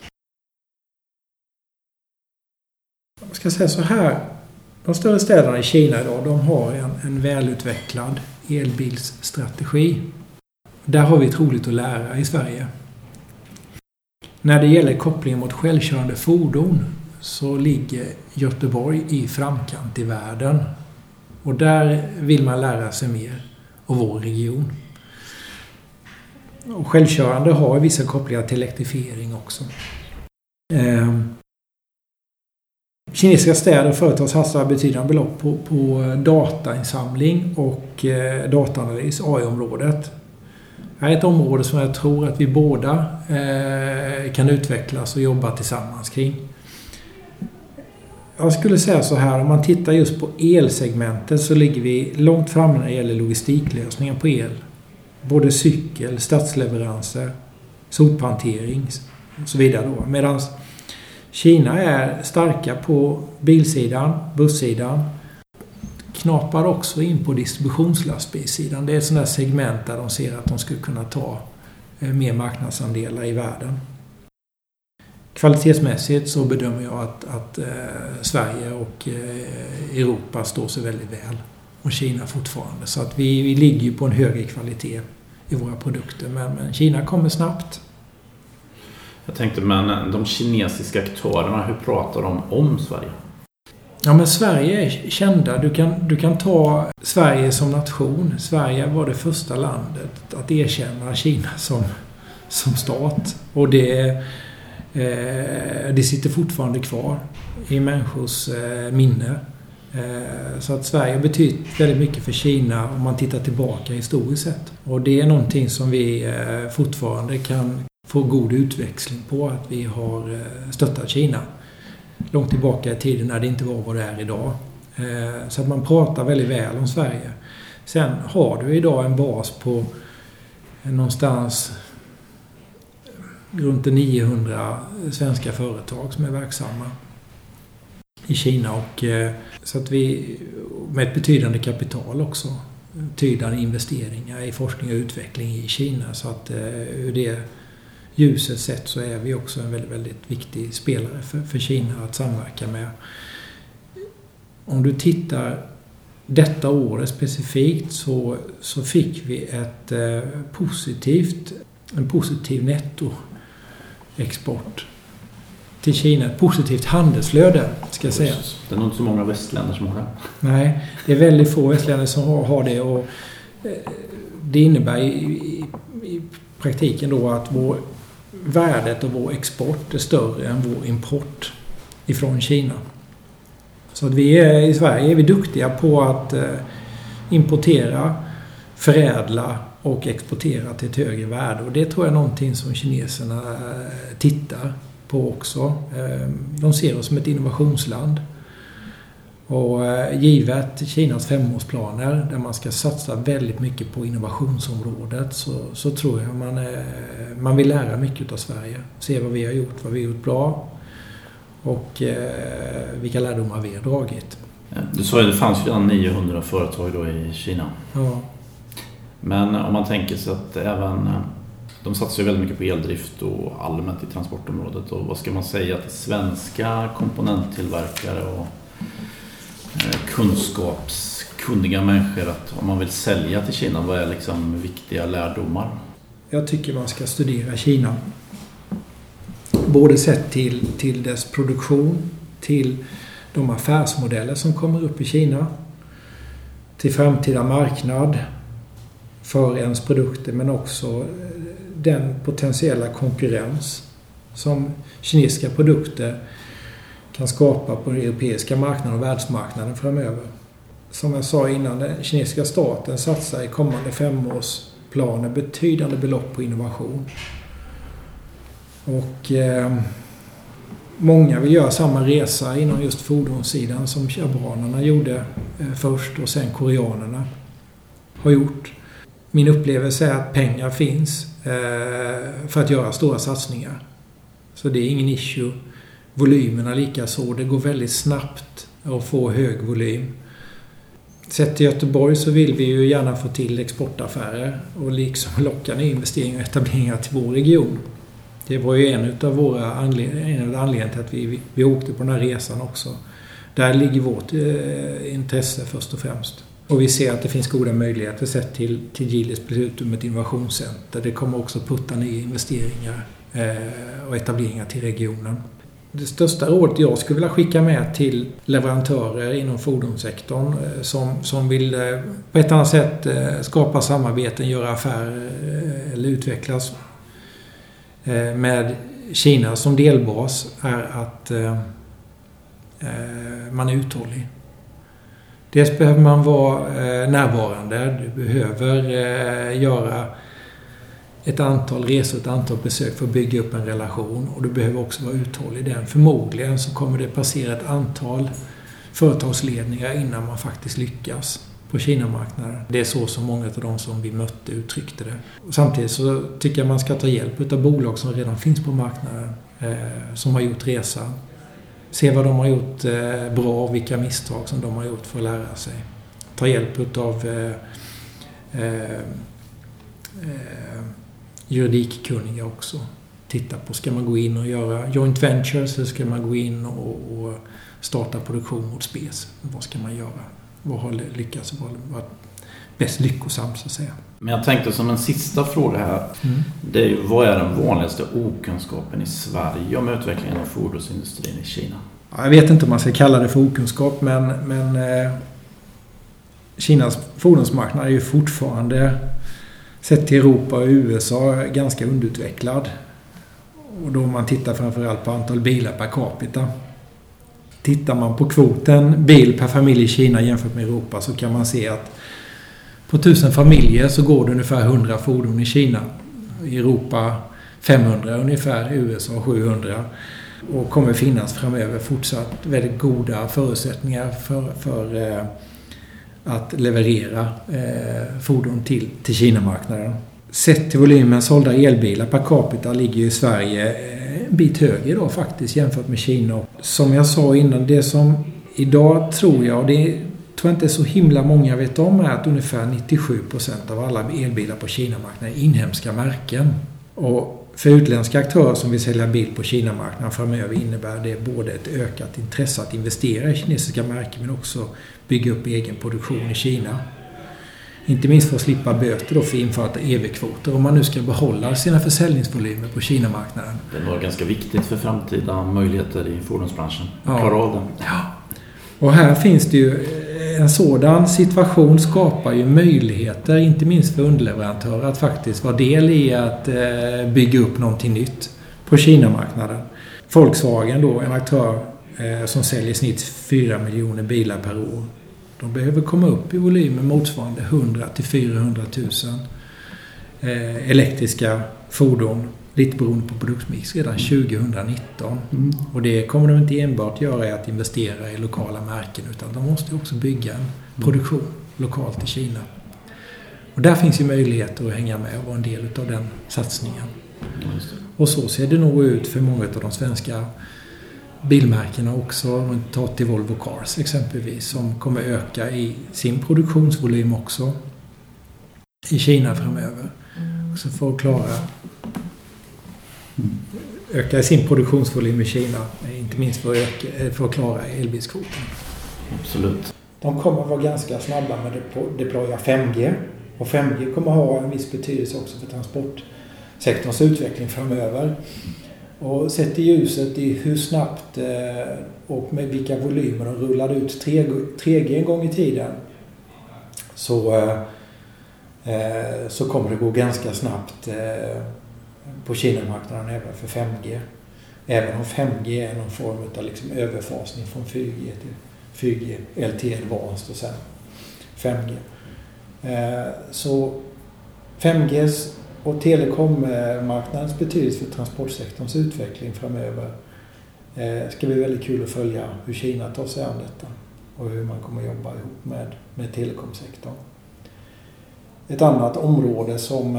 Jag ska säga så här. De större städerna i Kina idag, de har en, en välutvecklad elbilsstrategi. Där har vi troligt att lära i Sverige. När det gäller kopplingen mot självkörande fordon så ligger Göteborg i framkant i världen. Och där vill man lära sig mer av vår region. Och självkörande har vissa kopplingar till elektrifiering också. Eh, kinesiska städer och företag satsar betydande belopp på, på datainsamling och eh, dataanalys, A I-området. Det här är ett område som jag tror att vi båda eh, kan utvecklas och jobba tillsammans kring. Jag skulle säga så här, om man tittar just på elsegmentet så ligger vi långt framme när det gäller logistiklösningar på el. Både cykel, stadsleveranser, sophantering och så vidare då. Medan Kina är starka på bilsidan, bussidan. Knapar också in på distributionslastbilssidan. Det är ett sådant där segment där de ser att de skulle kunna ta mer marknadsandelar i världen. Kvalitetsmässigt så bedömer jag att, att eh, Sverige och eh, Europa står sig väldigt väl. Och Kina fortfarande. Så att vi, vi ligger ju på en högre kvalitet i våra produkter. Men, men Kina kommer snabbt. Jag tänkte, men de kinesiska aktörerna, hur pratar de om Sverige? Ja, men Sverige är kända. Du kan, du kan ta Sverige som nation. Sverige var det första landet att erkänna Kina som, som stat. Och det Det sitter fortfarande kvar i människors minne. Så att Sverige har betytt väldigt mycket för Kina om man tittar tillbaka historiskt sett. Och det är någonting som vi fortfarande kan få god utväxling på, att vi har stöttat Kina. Långt tillbaka i tiden när det inte var vad det är idag. Så att man pratar väldigt väl om Sverige. Sen har du idag en bas på någonstans runt niohundra svenska företag som är verksamma i Kina, och så att vi med ett betydande kapital också, betydande investeringar i forskning och utveckling i Kina, så att ur det ljuset sett så är vi också en väldigt, väldigt viktig spelare för, för Kina att samverka med. Om du tittar detta året specifikt så, så fick vi ett eh, positivt en positiv nettoexport till Kina. Ett positivt handelsflöde, ska jag säga. Det är nog inte så många västländer som har det. Nej, det är väldigt få västländer som har det. Och det innebär i, i, i praktiken då att vår, värdet av vår export är större än vår import ifrån Kina. Så att vi är, i Sverige är vi duktiga på att eh, importera, förädla och exportera till ett högre värde. Och det tror jag är någonting som kineserna eh, tittar på också. Eh, de ser oss som ett innovationsland. Och eh, givet Kinas femårsplaner där man ska satsa väldigt mycket på innovationsområdet så, så tror jag man, eh, man vill lära mycket av Sverige. Se vad vi har gjort, vad vi har gjort bra och eh, vilka lärdomar vi har dragit. Du sa ju att det fanns redan niohundra företag då i Kina. Ja. Men om man tänker sig att även de satsar ju väldigt mycket på eldrift och allmänt i transportområdet. Och vad ska man säga till svenska komponenttillverkare och kunskapskunniga människor att om man vill sälja till Kina, vad är liksom viktiga lärdomar? Jag tycker man ska studera Kina. Både sett till, till dess produktion, till de affärsmodeller som kommer upp i Kina, till framtida marknad för ens produkter, men också den potentiella konkurrens som kinesiska produkter kan skapa på den europeiska marknaden och världsmarknaden framöver. Som jag sa innan, den kinesiska staten satsar i kommande femårsplaner betydande belopp på innovation. Och eh, många vill göra samma resa inom just fordonssidan som japanerna gjorde eh, först och sen koreanerna har gjort. Min upplevelse är att pengar finns eh, för att göra stora satsningar. Så det är ingen issue. Volymerna lika så. Det går väldigt snabbt att få hög volym. Sett till Göteborg så vill vi ju gärna få till exportaffärer och liksom locka nya investeringar och etableringar till vår region. Det var ju en av våra anledningar till att vi, vi, vi åkte på den här resan också. Där ligger vårt eh, intresse först och främst. Och vi ser att det finns goda möjligheter sett till, till Geely's beslut om ett innovationscenter. Det kommer också putta nya investeringar eh, och etableringar till regionen. Det största rådet jag skulle vilja skicka med till leverantörer inom fordonssektorn eh, som, som vill eh, på ett annat sätt eh, skapa samarbeten, göra affärer eh, eller utvecklas eh, med Kina som delbas är att eh, eh, man är uthållig. Dels behöver man vara eh, närvarande, du behöver eh, göra ett antal resor, ett antal besök för att bygga upp en relation och du behöver också vara uthållig i den. Förmodligen så kommer det passera ett antal företagsledningar innan man faktiskt lyckas på Kina-marknaden. Det är så som många av de som vi mötte uttryckte det. Och samtidigt så tycker jag man ska ta hjälp av bolag som redan finns på marknaden, eh, som har gjort resan. Se vad de har gjort eh, bra och vilka misstag som de har gjort för att lära sig. Ta hjälp av eh, eh, eh, juridikkunniga också. Titta på, ska man gå in och göra joint ventures eller ska man gå in och, och starta produktion mot spes? Vad ska man göra? Vad har lyckats och vad har bäst lyckosamt så att säga? Men jag tänkte som en sista fråga här. Mm. Det är ju, vad är den vanligaste okunskapen i Sverige om utvecklingen av fordonsindustrin i Kina? Jag vet inte om man ska kalla det för okunskap, men, men eh, Kinas fordonsmarknad är ju fortfarande sett till Europa och U S A ganska underutvecklad. Och då man tittar framförallt på antal bilar per capita. Tittar man på kvoten bil per familj i Kina jämfört med Europa så kan man se att på tusen familjer så går det ungefär hundra fordon i Kina. I Europa femhundra ungefär, i U S A sjuhundra. Och kommer finnas framöver fortsatt väldigt goda förutsättningar för, för eh, att leverera eh, fordon till, till Kina-marknaden. Sett till volymen sålda elbilar per capita ligger ju Sverige en bit högre idag faktiskt jämfört med Kina. Som jag sa innan, det som idag tror jag, och det tror jag inte så himla många vet om, är att ungefär nittiosju procent av alla elbilar på Kina-marknaden är inhemska märken. Och för utländska aktörer som vill sälja bil på Kina-marknaden framöver innebär det både ett ökat intresse att investera i kinesiska märken men också bygga upp egen produktion i Kina. Inte minst för att slippa böter då för införda E V-kvoter om man nu ska behålla sina försäljningsvolymer på Kina-marknaden. Det var ganska viktigt för framtida möjligheter i fordonsbranschen. Ja. Klara av den. Ja. Och här finns det ju en sådan situation skapar ju möjligheter, inte minst för underleverantörer, att faktiskt vara del i att eh, bygga upp någonting nytt på Kina-marknaden. Volkswagen då, en aktör eh, som säljer i snitt fyra miljoner bilar per år. De behöver komma upp i volymer motsvarande hundra till fyrahundratusen eh, elektriska fordon, lite beroende på produktmix, redan tjugonitton. Mm. Och det kommer de inte enbart göra i att investera i lokala märken, utan de måste också bygga en produktion lokalt i Kina. Och där finns ju möjligheter att hänga med och vara en del av den satsningen. Och så ser det nog ut för många av de svenska bilmärkena också. Om man tar till Volvo Cars exempelvis, som kommer öka i sin produktionsvolym också i Kina framöver. Så för att klara öka sin produktionsvolym i Kina, inte minst för att, öka, för att klara elbilskvoten. Absolut. De kommer vara ganska snabba med att deploya fem G. Och fem G kommer ha en viss betydelse också för transportsektorns utveckling framöver. Och sett i ljuset i hur snabbt eh, och med vilka volymer de rullade ut tre G en gång i tiden, så, eh, så kommer det gå ganska snabbt eh, på Kina-marknaden även för fem G. Även om fem G är någon form av liksom överfasning från fyra G till fyra G, L T E Advanced och sen fem G. Eh, så fem Gs och telekommarknadens betydelse för transportsektorns utveckling framöver eh, ska bli väldigt kul att följa hur Kina tar sig an detta och hur man kommer jobba ihop med, med telekomsektorn. Ett annat område som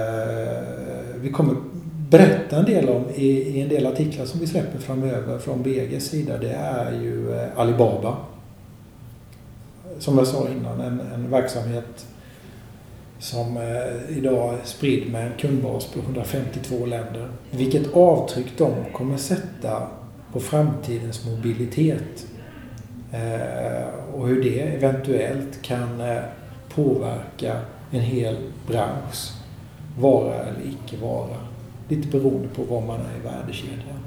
eh, vi kommer berätta en del om i, i en del artiklar som vi släpper framöver från B G:s sida, det är ju eh, Alibaba. Som jag sa innan, en, en verksamhet som eh, idag är spridd med en kundbas på hundrafemtiotvå länder. Vilket avtryck de kommer sätta på framtidens mobilitet eh, och hur det eventuellt kan eh, påverka en hel bransch, vara eller icke vara. Lite beroende på var man är i värdekedjan.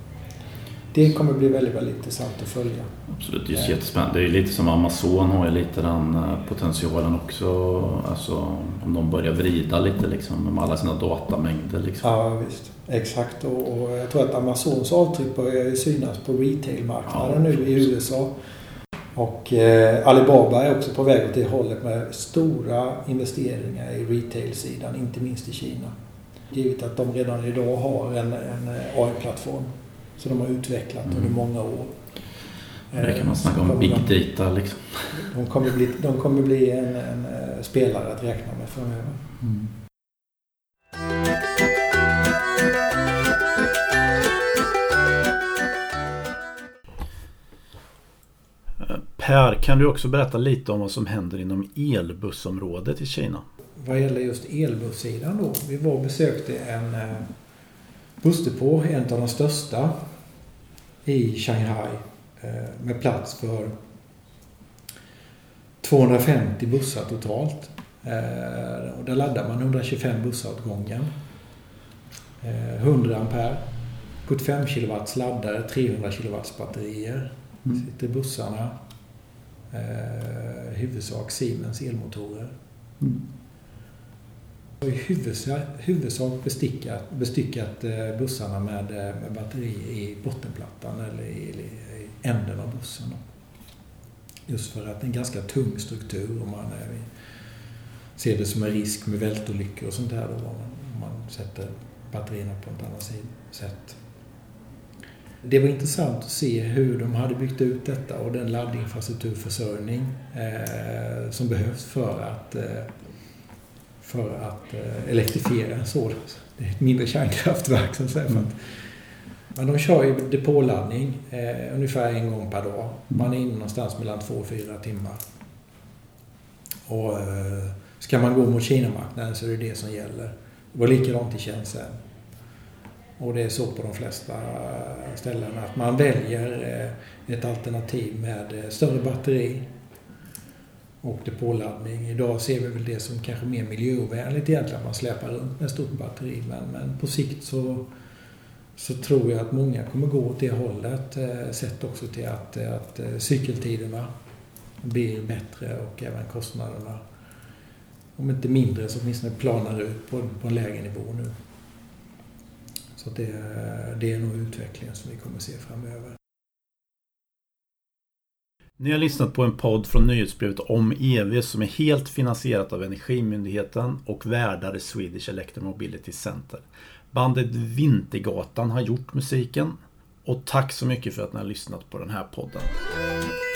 Det kommer bli väldigt, väldigt intressant att följa. Absolut, det är jättespännande. Det är lite som Amazon har lite den potentialen också. Alltså om de börjar vrida lite liksom med alla sina datamängder. Liksom. Ja, visst. Exakt. Och, och jag tror att Amazons avtryck börjar synas på retailmarknaden ja, nu i U S A. Och eh, Alibaba är också på väg åt det hållet med stora investeringar i retail-sidan, inte minst i Kina. Givet att de redan idag har en, en A I-plattform som de har utvecklat mm. under många år. Det kan man snacka om big data liksom. De kommer bli, de kommer bli en, en spelare att räkna med framöver. Mm. Per, kan du också berätta lite om vad som händer inom elbussområdet i Kina? Vad gäller just elbussidan då. Vi var och besökte en bussdepå, en av de största i Shanghai, med plats för tvåhundrafemtio bussar totalt. Och där laddar man hundratjugofem bussar åt gången. hundra ampere, sjuttiofem kilowatts laddare, trehundra kilowatts batterier. Mm. Sitter bussarna. Eh, huvudsak Siemens elmotorer. Mm. I huvudsak, huvudsak bestyckat, bestyckat eh, bussarna med, med batteri i bottenplattan eller i, i änden av bussen. Just för att det är en ganska tung struktur och man är, ser det som en risk med vältolyckor och sånt där då, om man, om man sätter batterierna på ett annat sätt. Det var intressant att se hur de hade byggt ut detta och den laddinfrastrukturförsörjning eh, som behövs för att, eh, för att eh, elektrifiera så. Det är ett mindre kärnkraftverk så att säga. Mm. Men de kör ju depåladdning eh, ungefär en gång per dag. Man är inne någonstans mellan två och fyra timmar. Och eh, ska man gå mot Kina-marknaden så är det det som gäller. Det var likadant i Shenzhen. Och det är så på de flesta ställen att man väljer ett alternativ med större batteri och depåladdning. Idag ser vi väl det som kanske mer miljöovänligt egentligen, man släpar runt med stort batteri. Men, men på sikt så, så tror jag att många kommer gå åt det hållet. Eh, sett också till att, att cykeltiderna blir bättre och även kostnaderna, om inte mindre så åtminstone planar ut på, på en lägre nivå nu. Så det, det är nog utvecklingen som vi kommer se framöver. Ni har lyssnat på en podd från nyhetsbrevet om E V som är helt finansierat av Energimyndigheten och värdar i Swedish Electromobility Center. Bandet Vintergatan har gjort musiken, och tack så mycket för att ni har lyssnat på den här podden.